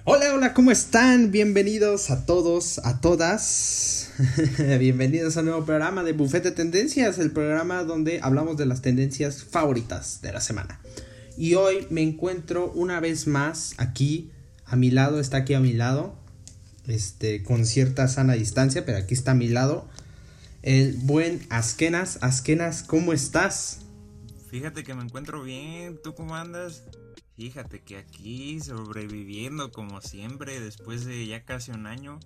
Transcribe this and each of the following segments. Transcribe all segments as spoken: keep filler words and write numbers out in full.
Hola, hola, ¿cómo están? Bienvenidos a todos, a todas. Bienvenidos a un nuevo programa de Buffet de Tendencias, el programa donde hablamos de las tendencias favoritas de la semana. Y hoy me encuentro una vez más aquí, a mi lado, está aquí a mi lado, este, con cierta sana distancia, pero aquí está a mi lado, el buen Askenas. Askenas, ¿cómo estás? Fíjate que me encuentro bien, ¿tú cómo andas? Fíjate que aquí sobreviviendo como siempre después de ya casi un año.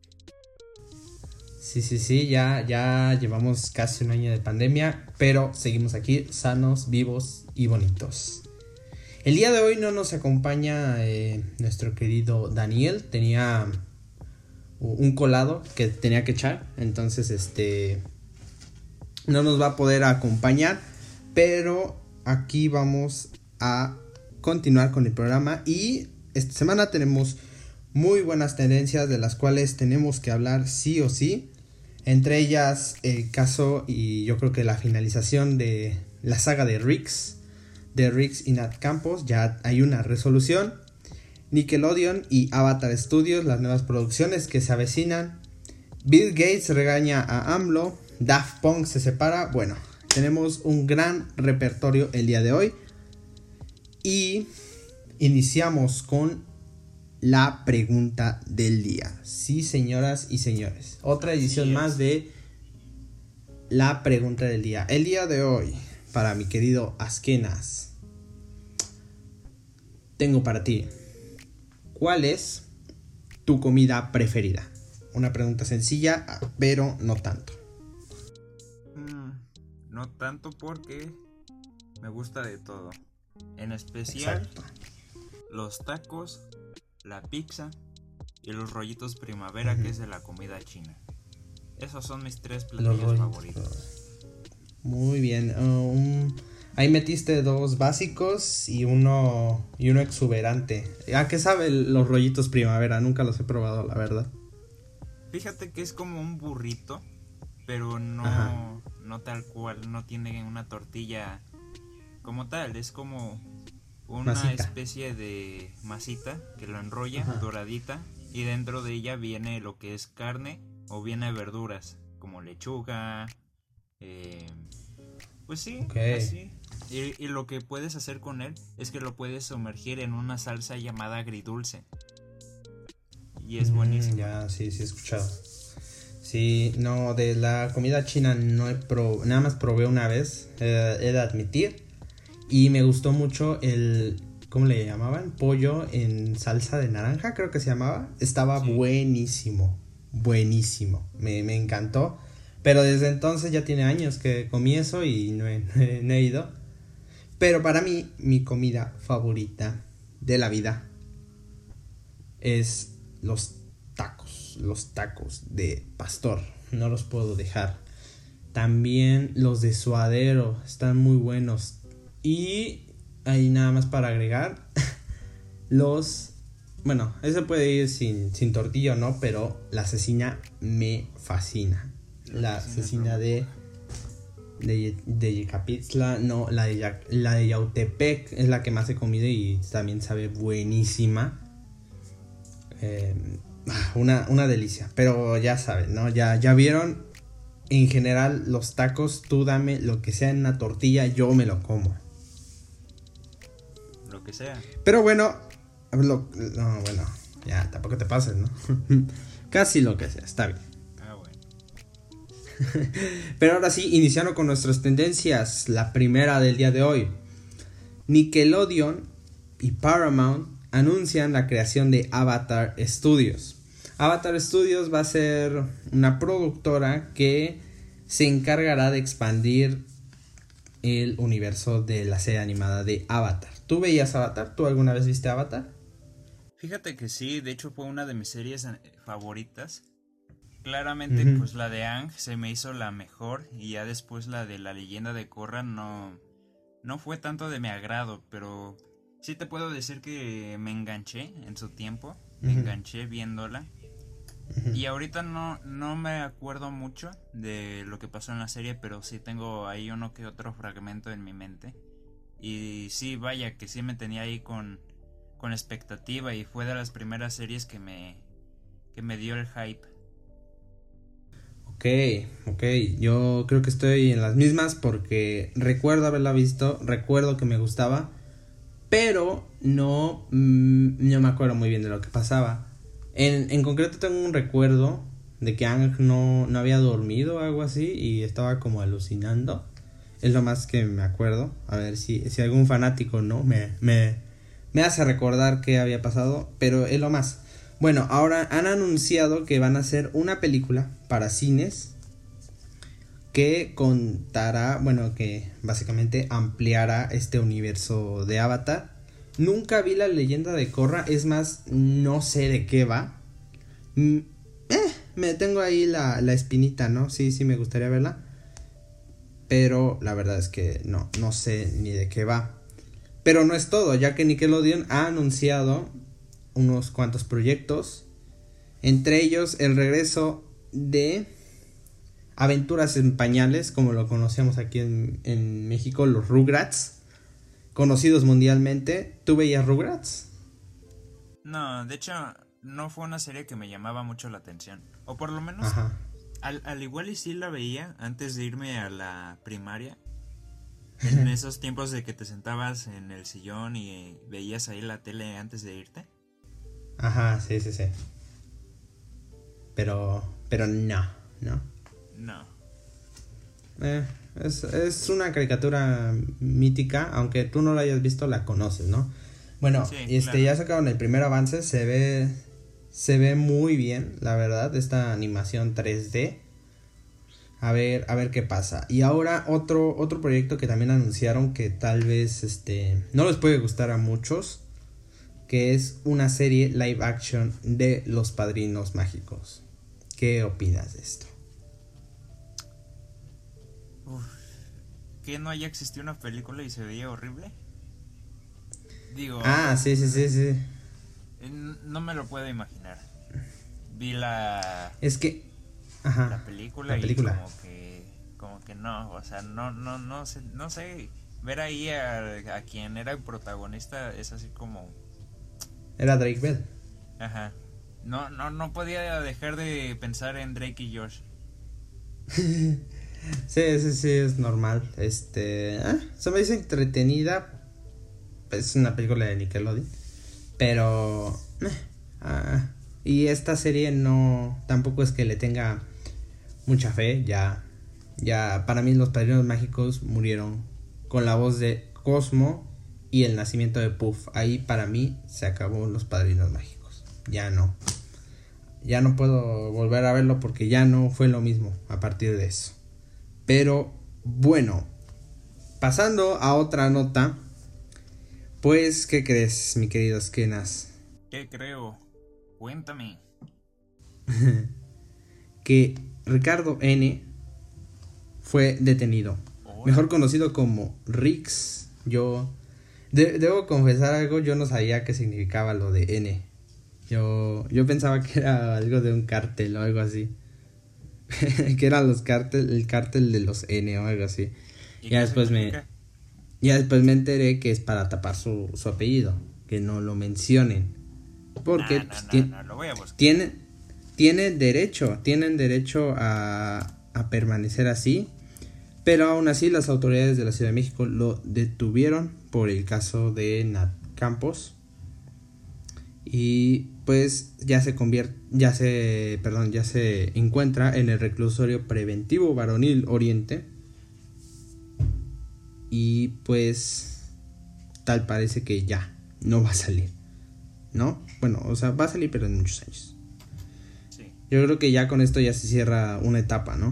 Sí, sí, sí, ya, ya llevamos casi un año de pandemia, pero seguimos aquí sanos, vivos y bonitos. El día de hoy no nos acompaña eh, nuestro querido Daniel, tenía un colado que tenía que echar, entonces este no nos va a poder acompañar, pero aquí vamos a continuar con el programa y esta semana tenemos muy buenas tendencias de las cuales tenemos que hablar sí o sí, entre ellas el caso y yo creo que la finalización de la saga de Riggs, de Riggs y Nat Campos, ya hay una resolución. Nickelodeon y Avatar Studios, las nuevas producciones que se avecinan. Bill Gates regaña a AMLO, Daft Punk se separa. Bueno, tenemos un gran repertorio el día de hoy. Y iniciamos con la pregunta del día. Sí, señoras y señores, otra edición más de la pregunta del día. El día de hoy, para mi querido Askenas, tengo para ti: ¿cuál es tu comida preferida? Una pregunta sencilla, pero no tanto. Mm, no tanto porque me gusta de todo. En especial Exacto. Los tacos, la pizza y los rollitos primavera, uh-huh, que es de la comida china. Esos son mis tres platillos favoritos. Muy bien. Um, ahí metiste dos básicos y uno y uno exuberante. ¿A qué sabe los rollitos primavera? Nunca los he probado, la verdad. Fíjate que es como un burrito, pero no, no tal cual, no tiene una tortilla como tal, es como una masita. Especie de masita que lo enrolla, ajá, doradita, y dentro de ella viene lo que es carne o viene verduras como lechuga, eh, pues sí, okay, así. Y, y lo que puedes hacer con él es que lo puedes sumergir en una salsa llamada agridulce. Y es mm, buenísimo. Ya, sí, sí he escuchado. Sí, no, de la comida china no he probado, nada más probé una vez, eh, he de admitir. Y me gustó mucho el, ¿cómo le llamaban? Pollo en salsa de naranja, creo que se llamaba. Estaba sí. buenísimo, buenísimo, me, me encantó. Pero desde entonces ya tiene años que comí eso y no he, no he, no he ido. Pero para mí, mi comida favorita de la vida es los tacos, los tacos de pastor, no los puedo dejar. También los de suadero, están muy buenos. Y ahí nada más para agregar los, bueno, ese puede ir sin, sin tortilla o no, pero la cecina me fascina. La cecina de de, de Yecapixtla, no, la de, la de Yautepec es la que más he comido y también sabe buenísima. Eh, una, una delicia, pero ya saben, ¿no? Ya, ya vieron, en general los tacos, tú dame lo que sea en una tortilla, yo me lo como. Lo que sea. Pero bueno, lo, no, bueno, ya tampoco te pases, ¿no? Casi lo que sea, está bien. Ah, bueno. Pero ahora sí, iniciando con nuestras tendencias, la primera del día de hoy. Nickelodeon y Paramount anuncian la creación de Avatar Studios. Avatar Studios va a ser una productora que se encargará de expandir el universo de la serie animada de Avatar. ¿Tú veías Avatar? ¿Tú alguna vez viste Avatar? Fíjate que sí, de hecho fue una de mis series favoritas. Claramente, uh-huh, pues la de Aang se me hizo la mejor y ya después la de la leyenda de Korra no, no fue tanto de mi agrado, pero sí te puedo decir que me enganché en su tiempo, me uh-huh. enganché viéndola. Uh-huh. Y ahorita no, no me acuerdo mucho de lo que pasó en la serie, pero sí tengo ahí uno que otro fragmento en mi mente. Y sí, vaya, que sí me tenía ahí con, con expectativa y fue de las primeras series que me, que me dio el hype. Ok, ok, yo creo que estoy en las mismas porque recuerdo haberla visto, recuerdo que me gustaba, pero no, mmm, no me acuerdo muy bien de lo que pasaba. En, en concreto tengo un recuerdo de que Aang no, no había dormido o algo así y estaba como alucinando. Es lo más que me acuerdo. A ver si, si algún fanático no me, me, me hace recordar qué había pasado, pero es lo más. Bueno, ahora han anunciado que van a hacer una película para cines que contará, bueno, que básicamente ampliará este universo de Avatar. Nunca vi la leyenda de Korra, es más, no sé de qué va. Mm, eh, me tengo ahí la, la espinita, ¿no? Sí, sí me gustaría verla. Pero la verdad es que no, no sé ni de qué va. Pero no es todo, ya que Nickelodeon ha anunciado unos cuantos proyectos, entre ellos el regreso de Aventuras en Pañales, como lo conocemos aquí en, en México, los Rugrats, conocidos mundialmente. ¿Tú veías Rugrats? No, de hecho no fue una serie que me llamaba mucho la atención, o por lo menos Ajá. Al, al igual y sí la veía antes de irme a la primaria. En esos tiempos de que te sentabas en el sillón y veías ahí la tele antes de irte. Ajá, sí, sí, sí. Pero, pero no, ¿no? No. Eh, es, es una caricatura mítica, aunque tú no la hayas visto, la conoces, ¿no? Bueno, sí, este claro. Ya sacaron el primer avance, se ve, se ve muy bien, la verdad, esta animación tres D. A ver, a ver qué pasa. Y ahora otro, otro proyecto que también anunciaron que tal vez este no les puede gustar a muchos, que es una serie live action de Los Padrinos Mágicos. ¿Qué opinas de esto? Uf, ¿que no haya existido una película y se veía horrible? Digo... Ah, sí, sí, sí, sí. No me lo puedo imaginar. Vi la... Es que... Ajá, la película, la película. Y como que... Como que no, o sea, no, no, no sé, no sé. Ver ahí a, a quien era el protagonista es así como... Era Drake Bell. Ajá. No, no, no podía dejar de pensar en Drake y Josh. sí, sí, sí, es normal. Este, eh, se me dice entretenida. Es una película de Nickelodeon. Pero eh, ah, y esta serie no, tampoco es que le tenga mucha fe. Ya, ya para mí Los Padrinos Mágicos murieron con la voz de Cosmo y el nacimiento de Puff. Ahí para mí se acabó Los Padrinos Mágicos. Ya no. Ya no puedo volver a verlo porque ya no fue lo mismo a partir de eso. Pero bueno, pasando a otra nota, pues, ¿qué crees, mi querido Esquenas? ¿Qué creo? Cuéntame. Que Ricardo N fue detenido. Hola. Mejor conocido como Rix. Yo de- debo confesar algo, yo no sabía qué significaba lo de N. Yo, yo pensaba que era algo de un cártel o algo así. Que era los cártel, el cártel de los N o algo así. Ya después me ya después me enteré que es para tapar su, su apellido, que no lo mencionen. Porque no, no, pues, no, ti- no, lo voy a buscar. tienen tienen derecho, tienen derecho a, a permanecer así, pero aún así las autoridades de la Ciudad de México lo detuvieron por el caso de Nat Campos. Y pues ya se convierte, ya se, perdón, ya se encuentra en el reclusorio preventivo Varonil Oriente. Y pues tal parece que ya no va a salir, ¿no? Bueno, o sea, va a salir pero en muchos años. Sí. Yo creo que ya con esto ya se cierra una etapa, ¿no?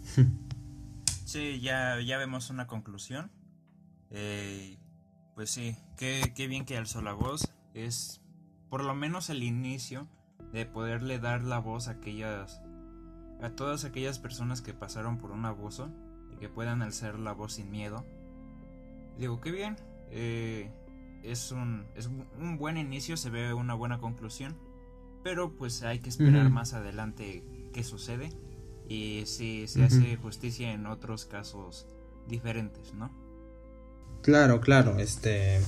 Sí, ya, ya vemos una conclusión. Eh, pues sí, qué, qué bien que alzó la voz. Es por lo menos el inicio de poderle dar la voz a aquellas, a todas aquellas personas que pasaron por un abuso y que puedan alzar la voz sin miedo. Digo, qué bien. Eh, es un es un buen inicio, se ve una buena conclusión, pero pues hay que esperar uh-huh. más adelante qué sucede y si se uh-huh. hace justicia en otros casos diferentes, ¿no? Claro, claro, este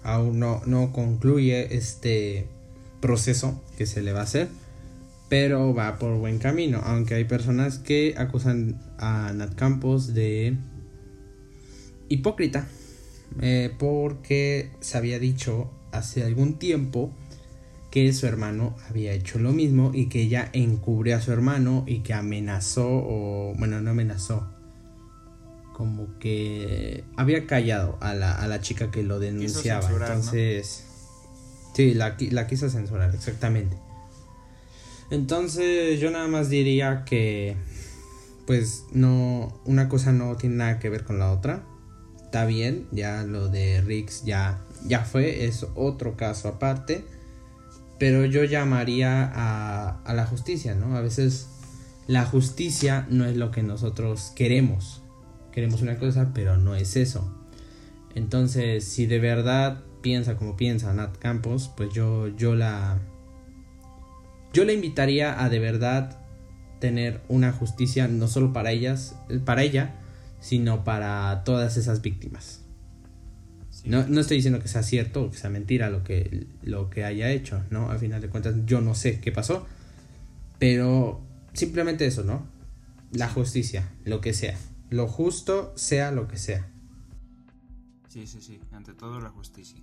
aún no, no concluye este proceso que se le va a hacer, pero va por buen camino, aunque hay personas que acusan a Nat Campos de hipócrita, eh, porque se había dicho hace algún tiempo que su hermano había hecho lo mismo y que ella encubrió a su hermano y que amenazó, o bueno, no amenazó, como que había callado a la, a la chica que lo denunciaba. Censurar, entonces, ¿no? Sí, la, la quiso censurar, exactamente. Entonces yo nada más diría que pues no, una cosa no tiene nada que ver con la otra. Está bien, ya lo de Riggs ya, ya fue, es otro caso aparte. Pero yo llamaría a, a la justicia, ¿no? A veces la justicia no es lo que nosotros queremos. Queremos una cosa, pero no es eso. Entonces, si de verdad piensa como piensa Nat Campos, pues yo, yo la... Yo le invitaría a de verdad tener una justicia no solo para ellas, para ella, sino para todas esas víctimas. Sí. No, no estoy diciendo que sea cierto o que sea mentira lo que, lo que haya hecho, ¿no? Al final de cuentas yo no sé qué pasó, pero simplemente eso, ¿no? La justicia, lo que sea. Lo justo sea lo que sea. Sí, sí, sí. Ante todo la justicia.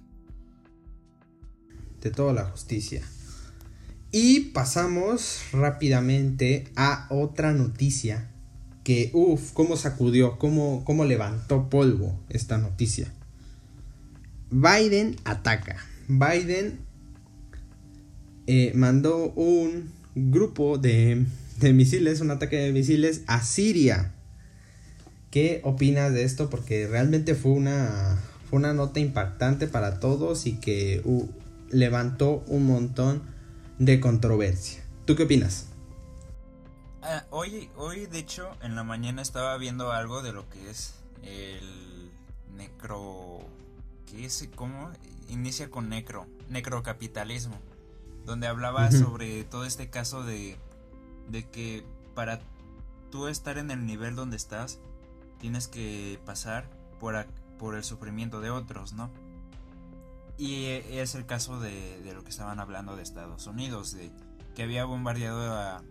Ante todo la justicia. Y pasamos rápidamente a otra noticia que, uff, cómo sacudió, cómo, cómo levantó polvo esta noticia. Biden ataca. Biden eh, mandó un grupo de, de misiles, un ataque de misiles a Siria. ¿Qué opinas de esto? Porque realmente fue una, fue una nota impactante para todos y que uh, levantó un montón de controversia. ¿Tú qué opinas? Uh, hoy, hoy, de hecho, en la mañana estaba viendo algo de lo que es el necro... ¿Qué es? ¿Cómo? Inicia con necro, necrocapitalismo, donde hablaba uh-huh. sobre todo este caso de, de que para tú estar en el nivel donde estás, tienes que pasar por, a, por el sufrimiento de otros, ¿no? Y es el caso de, de lo que estaban hablando de Estados Unidos, de que había bombardeado a,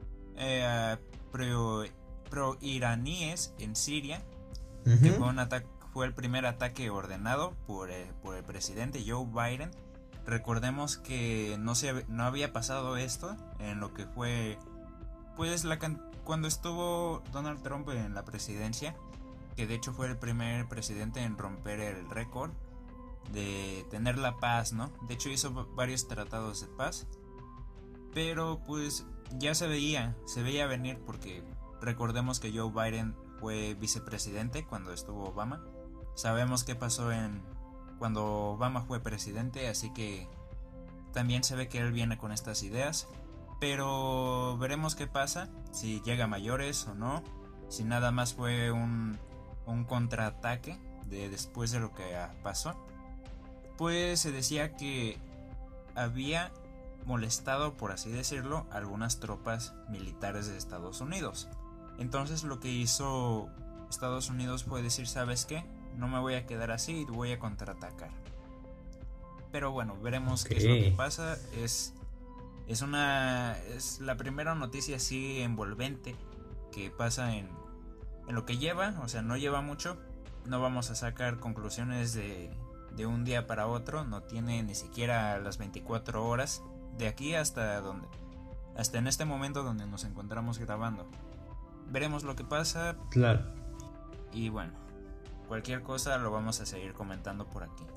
a pro, pro iraníes en Siria, uh-huh. que fue un ataque, fue el primer ataque ordenado por, eh, por el presidente Joe Biden. Recordemos que no se no había pasado esto en lo que fue pues la cuando estuvo Donald Trump en la presidencia, que de hecho fue el primer presidente en romper el récord de tener la paz, ¿no? De hecho hizo varios tratados de paz, pero pues ya se veía, se veía venir, porque recordemos que Joe Biden fue vicepresidente cuando estuvo Obama. Sabemos qué pasó en cuando Obama fue presidente, así que también se ve que él viene con estas ideas, pero veremos qué pasa, si llega a mayores o no, si nada más fue un, un contraataque de después de lo que pasó. Pues se decía que había molestado, por así decirlo, algunas tropas militares de Estados Unidos. Entonces lo que hizo Estados Unidos fue decir, ¿sabes qué? No me voy a quedar así, voy a contraatacar. Pero bueno, veremos okay. qué es lo que pasa. Es, es una es la primera noticia así envolvente que pasa en, en lo que lleva, o sea, no lleva mucho. No vamos a sacar conclusiones de... de un día para otro, no tiene ni siquiera las veinticuatro horas de aquí hasta donde hasta en este momento donde nos encontramos grabando. Veremos lo que pasa. Claro. Y bueno, cualquier cosa lo vamos a seguir comentando por aquí.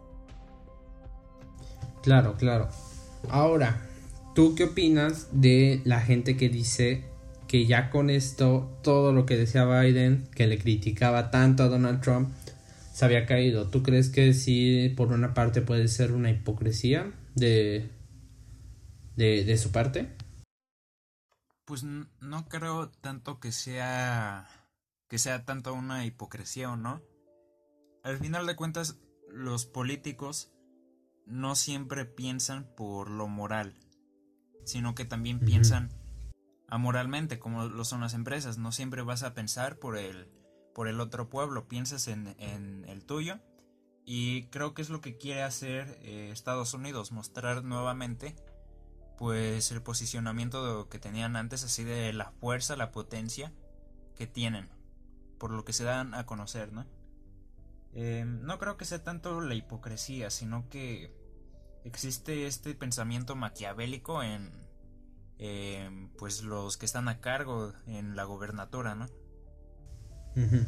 Claro, claro. Ahora, ¿tú qué opinas de la gente que dice que ya con esto todo lo que decía Biden, que le criticaba tanto a Donald Trump, se había caído? ¿Tú crees que sí, por una parte, puede ser una hipocresía de, de, de su parte? Pues no creo tanto que sea que sea tanto una hipocresía o no. Al final de cuentas, los políticos no siempre piensan por lo moral, sino que también uh-huh. piensan amoralmente, como lo son las empresas. No siempre vas a pensar por el por el otro pueblo, piensas en, en el tuyo, Y creo que es lo que quiere hacer eh, Estados Unidos, mostrar nuevamente pues el posicionamiento de que tenían antes, así de la fuerza, la potencia que tienen, por lo que se dan a conocer, ¿no? Eh, no creo que sea tanto la hipocresía, sino que existe este pensamiento maquiavélico en eh, pues los que están a cargo en la gobernatura, ¿no? Uh-huh.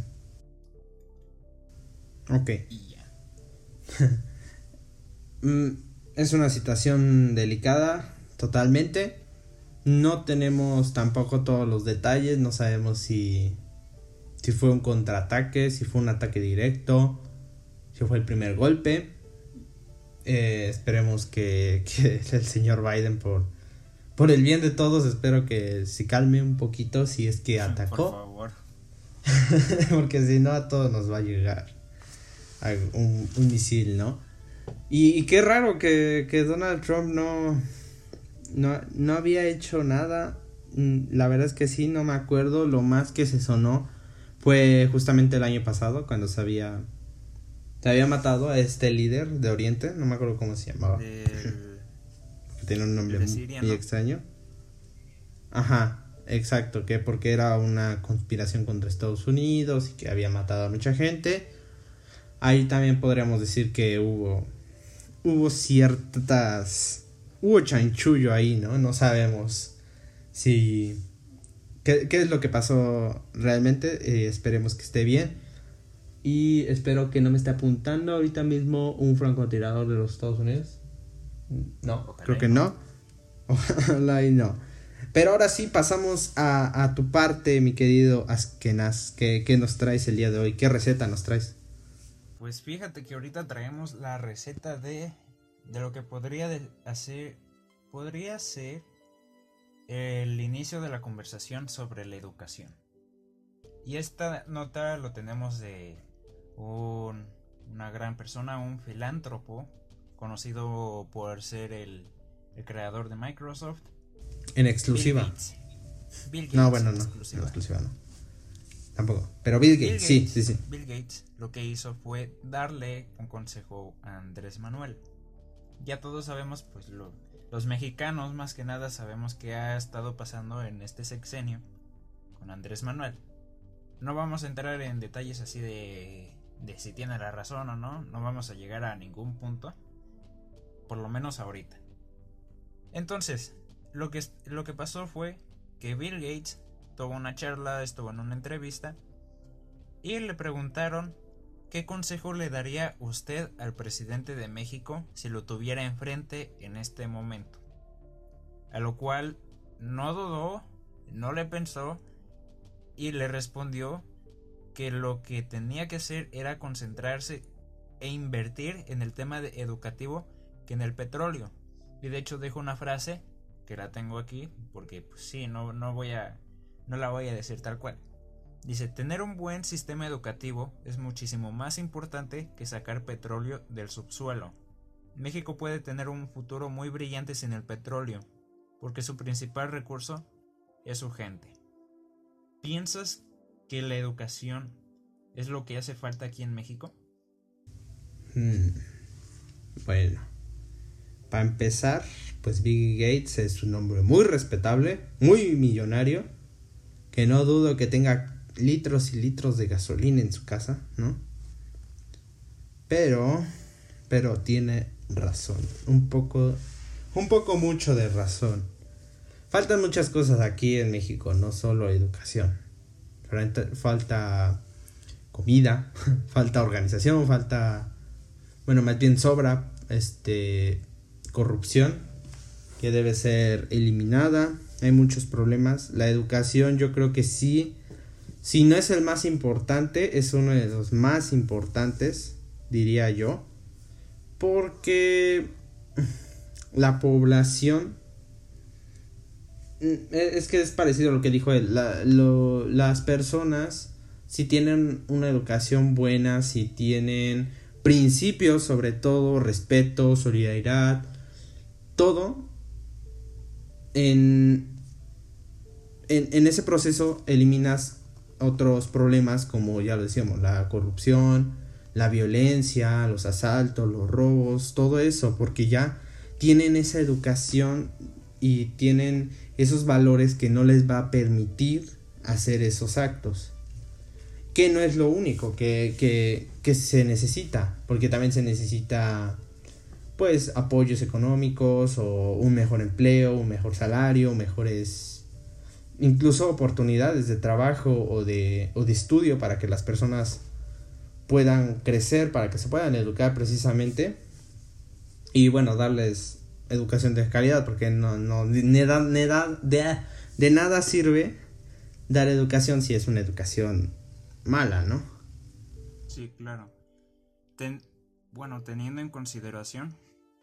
Ok. Y ya. Es una situación delicada, totalmente. No tenemos tampoco todos los detalles, no sabemos si si fue un contraataque, si fue un ataque directo, si fue el primer golpe. Eh, esperemos que, que el señor Biden, por, por el bien de todos, espero que se calme un poquito si es que atacó. Por favor. Porque si no, a todos nos va a llegar un, un misil, ¿no? Y, y qué raro que, que Donald Trump no, no, no había hecho nada. La verdad es que sí, no me acuerdo. Lo más que se sonó fue justamente el año pasado, cuando se había se había matado a este líder de Oriente, no me acuerdo cómo se llamaba. Del... Tiene un nombre de muy, Siria, muy ¿no? extraño. Ajá, exacto, que porque era una conspiración contra Estados Unidos y que había matado a mucha gente. Ahí también podríamos decir que hubo hubo ciertas hubo chanchullo ahí, ¿no? No sabemos si qué, qué es lo que pasó realmente. Eh, esperemos que esté bien. Y espero que no me esté apuntando ahorita mismo un francotirador de los Estados Unidos. No, ojalá creo que no. no. Ojalá y no. Pero ahora sí pasamos a, a tu parte, mi querido Askenaz. ¿Qué, ¿Qué nos traes el día de hoy? ¿Qué receta nos traes? Pues fíjate que ahorita traemos la receta de, de lo que podría de hacer, podría ser el inicio de la conversación sobre la educación. Y esta nota lo tenemos de un, una gran persona, un filántropo, conocido por ser el, el creador de Microsoft. En exclusiva. Bill Gates. Bill Gates. No, bueno, no. Exclusiva. En exclusiva no. Tampoco. Pero Bill Gates, Bill Gates, sí, sí, sí. Bill Gates lo que hizo fue darle un consejo a Andrés Manuel. Ya todos sabemos, pues lo, los mexicanos más que nada sabemos qué ha estado pasando en este sexenio con Andrés Manuel. No vamos a entrar en detalles así de, de si tiene la razón o no. No vamos a llegar a ningún punto, por lo menos ahorita. Entonces, lo que, lo que pasó fue que Bill Gates tuvo una charla, estuvo en una entrevista y le preguntaron qué consejo le daría usted al presidente de México si lo tuviera enfrente en este momento. A lo cual no dudó, no le pensó y le respondió que lo que tenía que hacer era concentrarse e invertir en el tema de educativo que en el petróleo. Y de hecho dejo una frase que la tengo aquí porque pues sí, no, no voy a no la voy a decir tal cual. Dice: tener un buen sistema educativo es muchísimo más importante que sacar petróleo del subsuelo. México puede tener un futuro muy brillante sin el petróleo, porque su principal recurso es su gente. ¿Piensas que la educación es lo que hace falta aquí en México? Hmm. Bueno, para empezar, pues Bill Gates es un hombre muy respetable, muy millonario, que no dudo que tenga litros y litros de gasolina en su casa, ¿no? Pero, pero tiene razón, un poco, un poco mucho de razón. Faltan muchas cosas aquí en México, no solo educación. Falta comida, falta organización, falta, bueno, más bien sobra este corrupción que debe ser eliminada. Hay muchos problemas. La educación, yo creo que sí, si no es el más importante, es uno de los más importantes, diría yo, porque la población, es que es parecido a lo que dijo él, la, lo, las personas, si tienen una educación buena, si tienen principios, sobre todo respeto, solidaridad, todo, en, en, en ese proceso eliminas otros problemas como ya lo decíamos, la corrupción, la violencia, los asaltos, los robos, todo eso, porque ya tienen esa educación y tienen esos valores que no les va a permitir hacer esos actos. Que no es lo único que, que, que se necesita, porque también se necesita pues apoyos económicos o un mejor empleo, un mejor salario, mejores incluso oportunidades de trabajo o de, o de estudio para que las personas puedan crecer, para que se puedan educar precisamente y bueno, darles educación de calidad, porque no, no de, da, de, da, de, de nada sirve dar educación si es una educación mala, ¿no? Sí, claro. Ten, bueno, teniendo en consideración,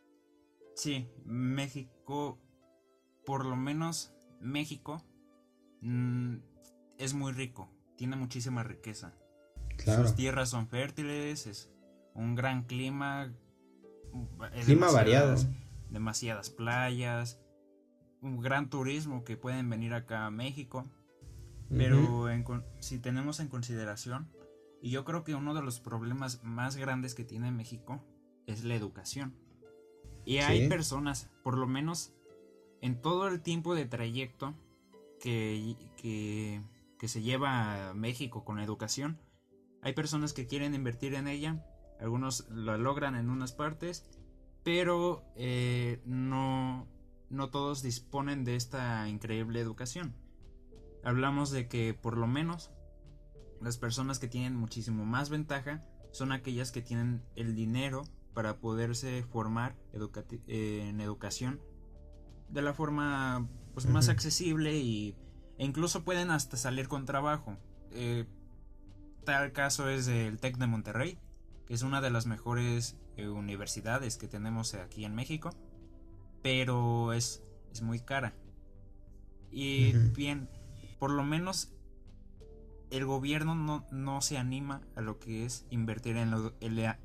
sí, México, por lo menos México, mmm, es muy rico, tiene muchísima riqueza. Claro. Sus tierras son fértiles, es un gran clima, clima variado, demasiadas playas, un gran turismo que pueden venir acá a México. Pero uh-huh. en, si tenemos en consideración, y yo creo que uno de los problemas más grandes que tiene México es la educación. Y sí. Hay personas, por lo menos en todo el tiempo de trayecto que, que, que se lleva a México con la educación, hay personas que quieren invertir en ella, algunos lo logran en unas partes, pero eh, no, no todos disponen de esta increíble educación. Hablamos de que por lo menos las personas que tienen muchísimo más ventaja son aquellas que tienen el dinero para poderse formar educati- eh, en educación de la forma pues, uh-huh. más accesible y, e incluso pueden hasta salir con trabajo. Eh, tal caso es el TEC de Monterrey, que es una de las mejores eh, universidades que tenemos aquí en México, pero es, es muy cara. Y uh-huh. bien, por lo menos el gobierno no, no se anima a lo que es invertir en, lo, en, la,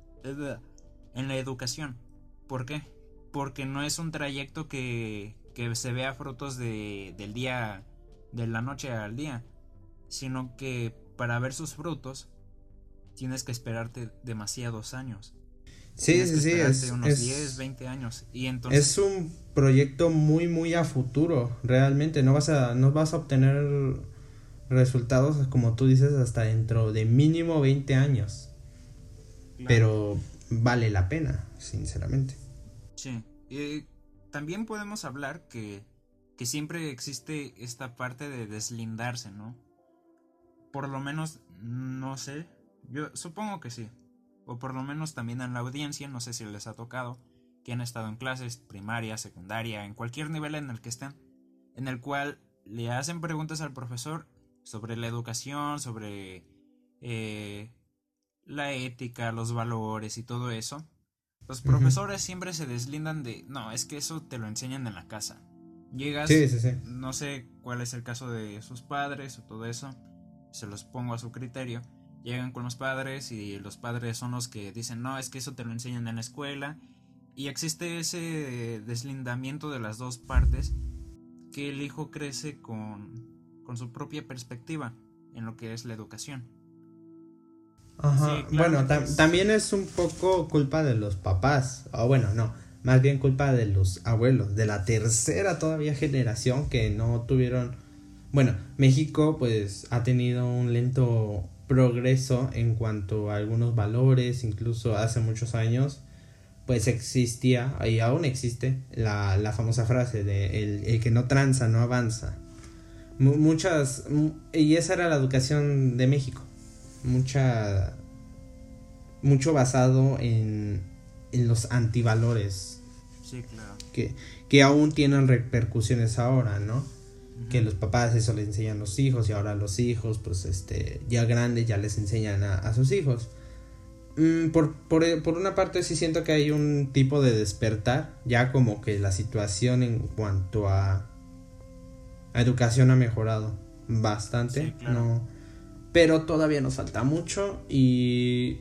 en la educación. ¿Por qué? Porque no es un trayecto que, que se vea frutos de, del día, de la noche al día, sino que para ver sus frutos tienes que esperarte demasiados años. Sí, tienes sí, que sí, es, unos es, diez, veinte años. Y entonces es un proyecto muy, muy a futuro, realmente. No vas a, no vas a obtener resultados, como tú dices, hasta dentro de mínimo veinte años. Claro. Pero vale la pena, sinceramente. Sí. Eh, también podemos hablar que, que siempre existe esta parte de deslindarse, ¿no? Por lo menos, no sé, yo supongo que sí. O por lo menos también en la audiencia, no sé si les ha tocado, que han estado en clases primaria, secundaria, en cualquier nivel en el que estén, en el cual le hacen preguntas al profesor sobre la educación, sobre eh, la ética, los valores y todo eso. Los profesores uh-huh. siempre se deslindan de, no, es que eso te lo enseñan en la casa. Llegas, sí, sí, sí. no sé cuál es el caso de sus padres o todo eso, se los pongo a su criterio. Llegan con los padres y los padres son los que dicen, no, es que eso te lo enseñan en la escuela. Y existe ese deslindamiento de las dos partes, que el hijo crece con, con su propia perspectiva en lo que es la educación. Ajá, sí, claro, bueno, ta- es... también es un poco culpa de los papás, o bueno, no, más bien culpa de los abuelos, de la tercera todavía generación que no tuvieron, bueno, México pues ha tenido un lento progreso en cuanto a algunos valores, incluso hace muchos años pues existía y aún existe la, la famosa frase de el, el que no tranza no avanza. M- muchas m- y esa era la educación de México, mucha mucho basado en, en los antivalores. Sí, claro. Que, que aún tienen repercusiones ahora, ¿no? Que los papás eso les enseñan a los hijos y ahora los hijos pues este ya grandes ya les enseñan a, a sus hijos. Mm, por, por, por una parte sí siento que hay un tipo de despertar, ya como que la situación en cuanto a, a educación ha mejorado bastante, sí, claro. No, pero todavía nos falta mucho y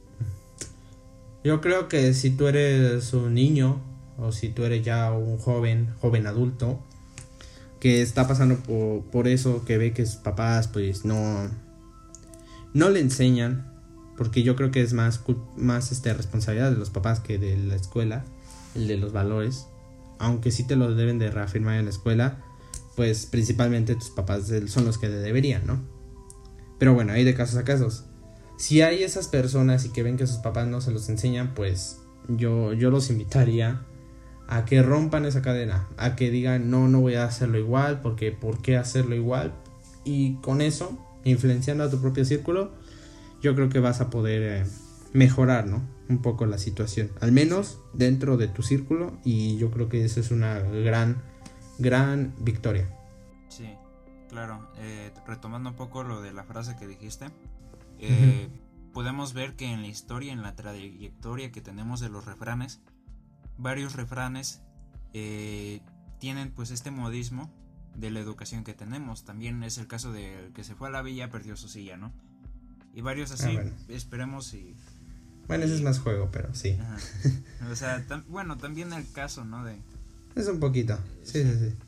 yo creo que si tú eres un niño o si tú eres ya un joven, joven adulto que está pasando por, por eso, que ve que sus papás pues no, no le enseñan, porque yo creo que es más, más este, responsabilidad de los papás que de la escuela, el de los valores, aunque sí te lo deben de reafirmar en la escuela, pues principalmente tus papás son los que deberían, ¿no? Pero bueno, hay de casos a casos. Si hay esas personas y que ven que sus papás no se los enseñan, pues yo, yo los invitaría a que rompan esa cadena, a que digan, no, no voy a hacerlo igual, porque ¿por qué hacerlo igual? Y con eso, influenciando a tu propio círculo, yo creo que vas a poder eh, mejorar, ¿no? Un poco la situación, al menos dentro de tu círculo, y yo creo que eso es una gran, gran victoria. Sí, claro. Eh, retomando un poco lo de la frase que dijiste, eh, uh-huh. podemos ver que en la historia, en la trayectoria que tenemos de los refranes, varios refranes eh, tienen pues este modismo de la educación que tenemos. También es el caso del que se fue a la villa perdió su silla, ¿no? Y varios así, ah, bueno. esperemos y... Bueno, ese es más juego, pero sí. Ajá. O sea, tam, bueno, también el caso, ¿no? De... Es un poquito, sí, sí, sí.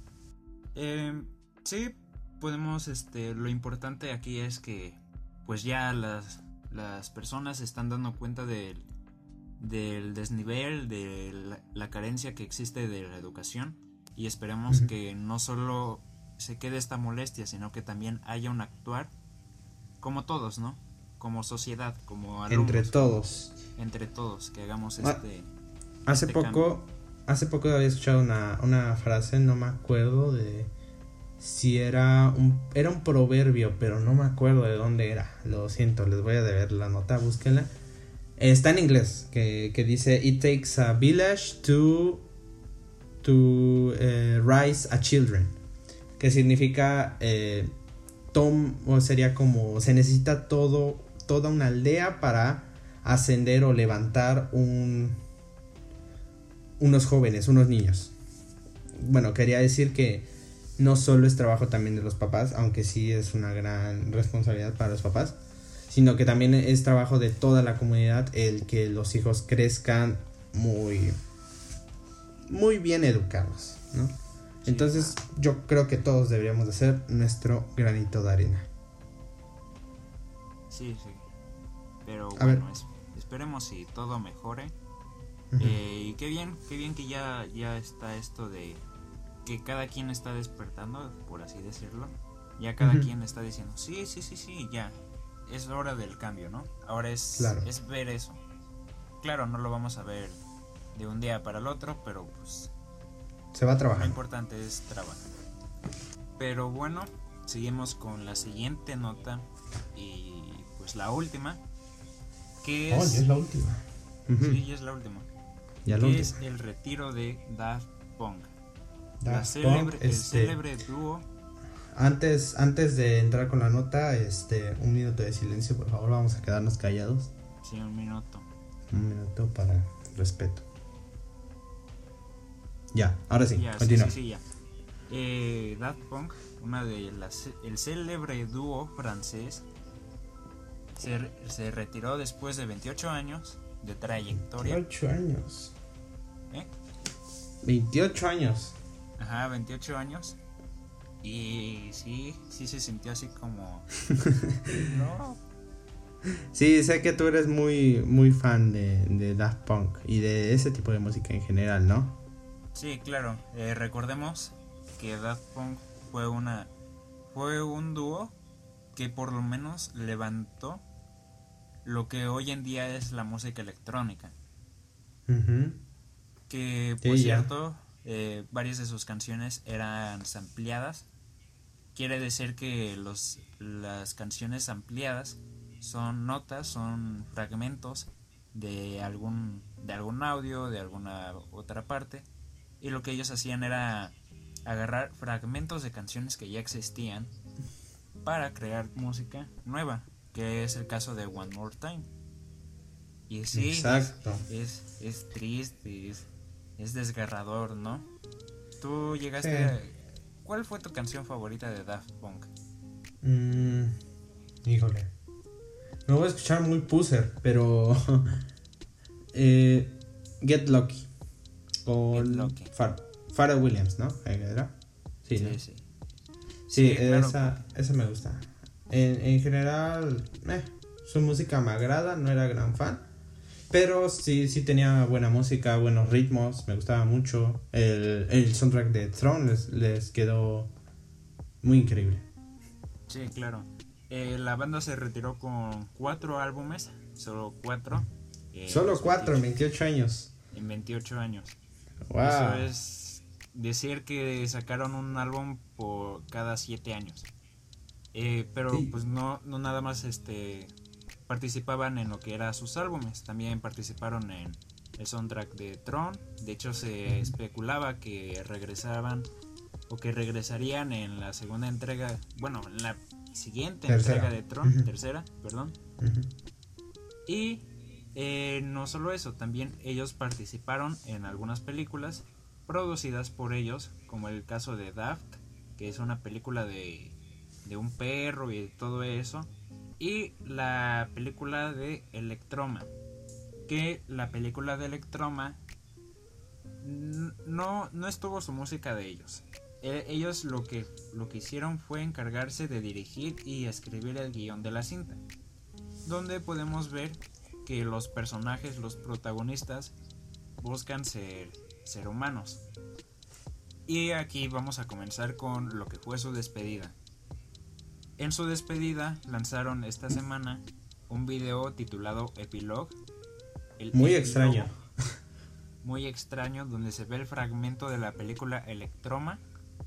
Eh, sí, podemos, este, lo importante aquí es que pues ya las, las personas se están dando cuenta del, del desnivel, de la, la carencia que existe de la educación, y esperemos uh-huh. que no solo se quede esta molestia, sino que también haya un actuar como todos, ¿no? Como sociedad, como alumnos. Entre todos. Entre todos, que hagamos este... Ah, hace este poco, cambio. hace poco había escuchado una, una frase, no me acuerdo de si era un, era un proverbio, pero no me acuerdo de dónde era. Lo siento, les voy a deber la nota, búsquenla. Está en inglés, que, que dice, It takes a village to, to uh, raise a children. Que significa... Eh, Tom, o sería como se necesita todo, toda una aldea para ascender o levantar un unos jóvenes, unos niños. Bueno, quería decir que no solo es trabajo también de los papás, aunque sí es una gran responsabilidad para los papás, sino que también es trabajo de toda la comunidad el que los hijos crezcan muy muy bien educados, ¿no? Entonces yo creo que todos deberíamos de hacer nuestro granito de arena. Sí, sí. Pero a bueno, ver. Es, esperemos si todo mejore. Uh-huh. Eh, y qué bien, qué bien que ya, ya está esto de que cada quien está despertando, por así decirlo. Ya cada uh-huh. quien está diciendo, sí, sí, sí, sí, ya. Es hora del cambio, ¿no? Ahora es, claro. es ver eso. Claro, no lo vamos a ver de un día para el otro, pero pues... se va a trabajar. Lo importante es trabajar. Pero bueno, seguimos con la siguiente nota y pues la última, que es... Oh, ya es la última. Sí, ya es la última. Ya que la es última. el retiro de Daft Punk. Daft la célebre, Punk, el este... célebre dúo. Antes, antes de entrar con la nota, este, un minuto de silencio, por favor, vamos a quedarnos callados. Sí, un minuto. Un minuto para respeto. Ya, ahora sí, ya, continúa. Sí, sí, sí, ya. Eh, Daft Punk, una de las, el célebre dúo francés, se, se retiró después de veintiocho años de trayectoria. veintiocho años. ¿Eh? veintiocho años. Ajá, veintiocho años. Y sí, sí se sintió así como... no. Sí, sé que tú eres muy, muy fan de, de Daft Punk y de ese tipo de música en general, ¿no? Sí, claro. Eh, recordemos que Daft Punk fue una fue un dúo que por lo menos levantó lo que hoy en día es la música electrónica. Uh-huh. Que por sí, cierto, eh, varias de sus canciones eran sampleadas. Quiere decir que los las canciones ampliadas son notas, son fragmentos de algún de algún audio, de alguna otra parte. Y lo que ellos hacían era agarrar fragmentos de canciones que ya existían para crear música nueva, que es el caso de One More Time. Y sí, exacto. Es, es, es triste, es, es desgarrador, ¿no? Tú llegaste sí. a... ¿Cuál fue tu canción favorita de Daft Punk? Mm, híjole. Me voy a escuchar muy puser, pero... eh, Get Lucky. Con Far- Pharrell Williams, ¿no? ¿Era? Sí, sí, ¿no? sí. Sí, Sí, claro. esa, esa me gusta. En, en general, eh, su música me agrada, no era gran fan. Pero sí, sí tenía buena música, buenos ritmos, me gustaba mucho. El, el soundtrack de Tron les, les quedó muy increíble. Sí, claro. Eh, la banda se retiró con cuatro álbumes, solo cuatro. Eh, solo cuatro en veintiocho años. En veintiocho años. Wow. Eso es decir que sacaron un álbum por cada siete años. Eh, pero sí. pues no, no nada más este participaban en lo que eran sus álbumes, también participaron en el soundtrack de Tron. De hecho se especulaba que regresaban o que regresarían en la segunda entrega, bueno, en la siguiente tercera. entrega de Tron, uh-huh. tercera, perdón. Uh-huh. Y eh, no solo eso, también ellos participaron en algunas películas producidas por ellos, como el caso de Daft, que es una película de, de un perro y todo eso, y la película de Electroma, que la película de Electroma no, no estuvo su música de ellos. Ellos lo que, lo que hicieron fue encargarse de dirigir y escribir el guión de la cinta, donde podemos ver que los personajes, los protagonistas, buscan ser, ser humanos. Y aquí vamos a comenzar con lo que fue su despedida. En su despedida lanzaron esta semana un video titulado Epilogue. El muy epílogo, extraño. Muy extraño, donde se ve el fragmento de la película Electroma,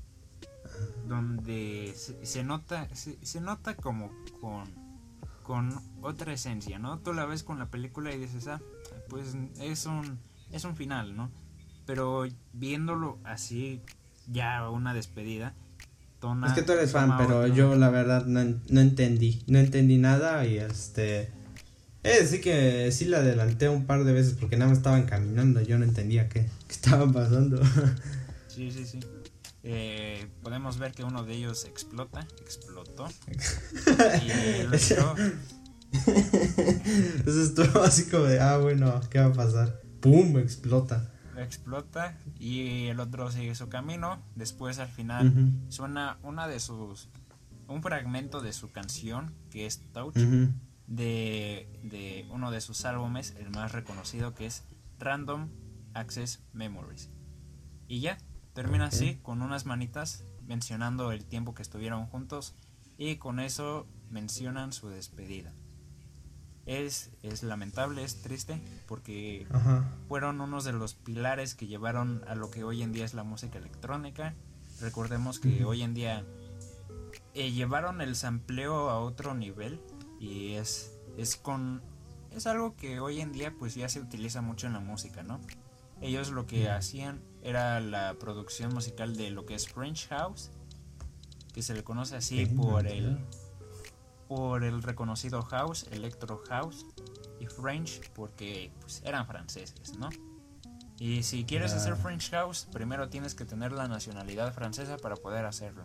donde se, se nota se, se nota como con, con otra esencia, ¿no? Tú la ves con la película y dices, ah, pues es un, es un final, ¿no? Pero viéndolo así, ya una despedida, toma, es que tú eres fan, pero otro. Yo la verdad no, no entendí, no entendí nada y este... Es decir que sí la adelanté un par de veces porque nada más estaban caminando, yo no entendía qué, qué estaba pasando. Sí, sí, sí. Eh, podemos ver que uno de ellos explota, explotó. Y el otro... Eso estuvo así como de, ah, bueno, ¿qué va a pasar? ¡Pum! Explota. Explota y el otro sigue su camino. Después al final uh-huh. suena una de sus... un fragmento de su canción, que es Touch, uh-huh. de, de uno de sus álbumes, el más reconocido, que es Random Access Memories. Y ya, termina okay. así, con unas manitas mencionando el tiempo que estuvieron juntos, y con eso mencionan su despedida. Es, es lamentable, es triste, porque Ajá. fueron unos de los pilares que llevaron a lo que hoy en día es la música electrónica. Recordemos que uh-huh. hoy en día eh, llevaron el sampleo a otro nivel, y es, es con es algo que hoy en día pues ya se utiliza mucho en la música, ¿no? Ellos lo que uh-huh. hacían era la producción musical de lo que es French House, que se le conoce así uh-huh. por el por el reconocido house, electro house, y French porque pues, eran franceses, ¿no? Y si quieres yeah. hacer French house, primero tienes que tener la nacionalidad francesa para poder hacerlo.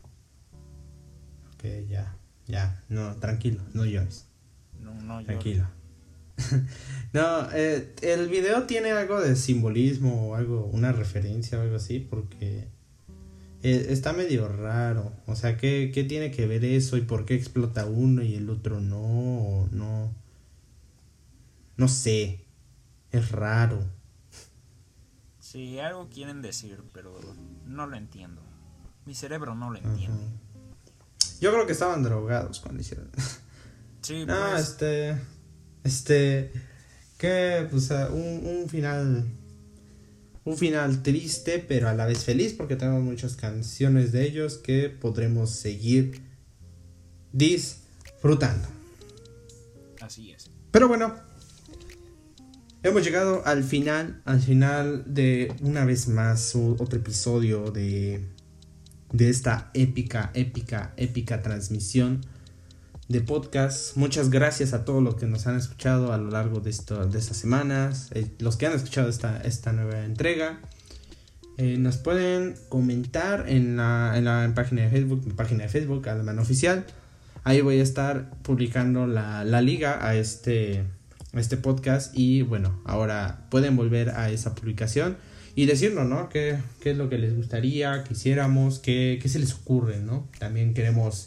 Ok, ya, ya, no, tranquilo, no llores. No, no tranquilo. No, eh, el video tiene algo de simbolismo o algo, una referencia o algo así, porque eh, está medio raro. O sea, ¿qué, ¿qué tiene que ver eso y por qué explota uno y el otro no? O no, no sé, es raro. Sí, algo quieren decir, pero no lo entiendo. Mi cerebro no lo entiende. Uh-huh. Yo creo que estaban drogados cuando hicieron. Sí, no, pues. este, este, que, pues, un, un final, un final triste, pero a la vez feliz, porque tenemos muchas canciones de ellos que podremos seguir disfrutando. Así es. Pero bueno, hemos llegado al final, al final de una vez más otro episodio de, de esta épica, épica, épica transmisión de podcast. Muchas gracias a todos los que nos han escuchado a lo largo de, esto, de estas semanas, eh, los que han escuchado esta, esta nueva entrega. Eh, nos pueden comentar en la, en la en página de Facebook, mi página de Facebook, Alemán Oficial. Ahí voy a estar publicando la, la liga a este, a este podcast. Y bueno, ahora pueden volver a esa publicación y decirnos, ¿no? ¿Qué, qué es lo que les gustaría que hiciéramos? ¿Qué, qué se les ocurre, ¿no? También queremos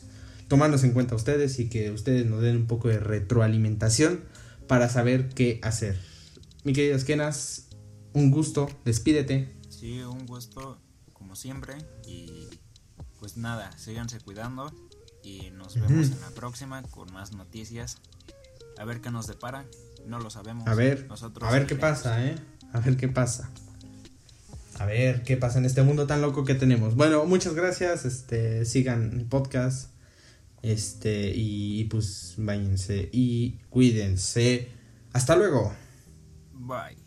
tomándose en cuenta ustedes y que ustedes nos den un poco de retroalimentación para saber qué hacer. Mi querido Esquenas, un gusto, despídete. Sí, un gusto como siempre y pues nada, síganse cuidando y nos uh-huh. vemos en la próxima con más noticias. A ver qué nos depara, no lo sabemos. A ver, Nosotros a ver qué pasa, eh. A ver qué pasa. A ver qué pasa en este mundo tan loco que tenemos. Bueno, muchas gracias. Este, sigan el podcast. Este, y pues váyanse y cuídense. Hasta luego. Bye.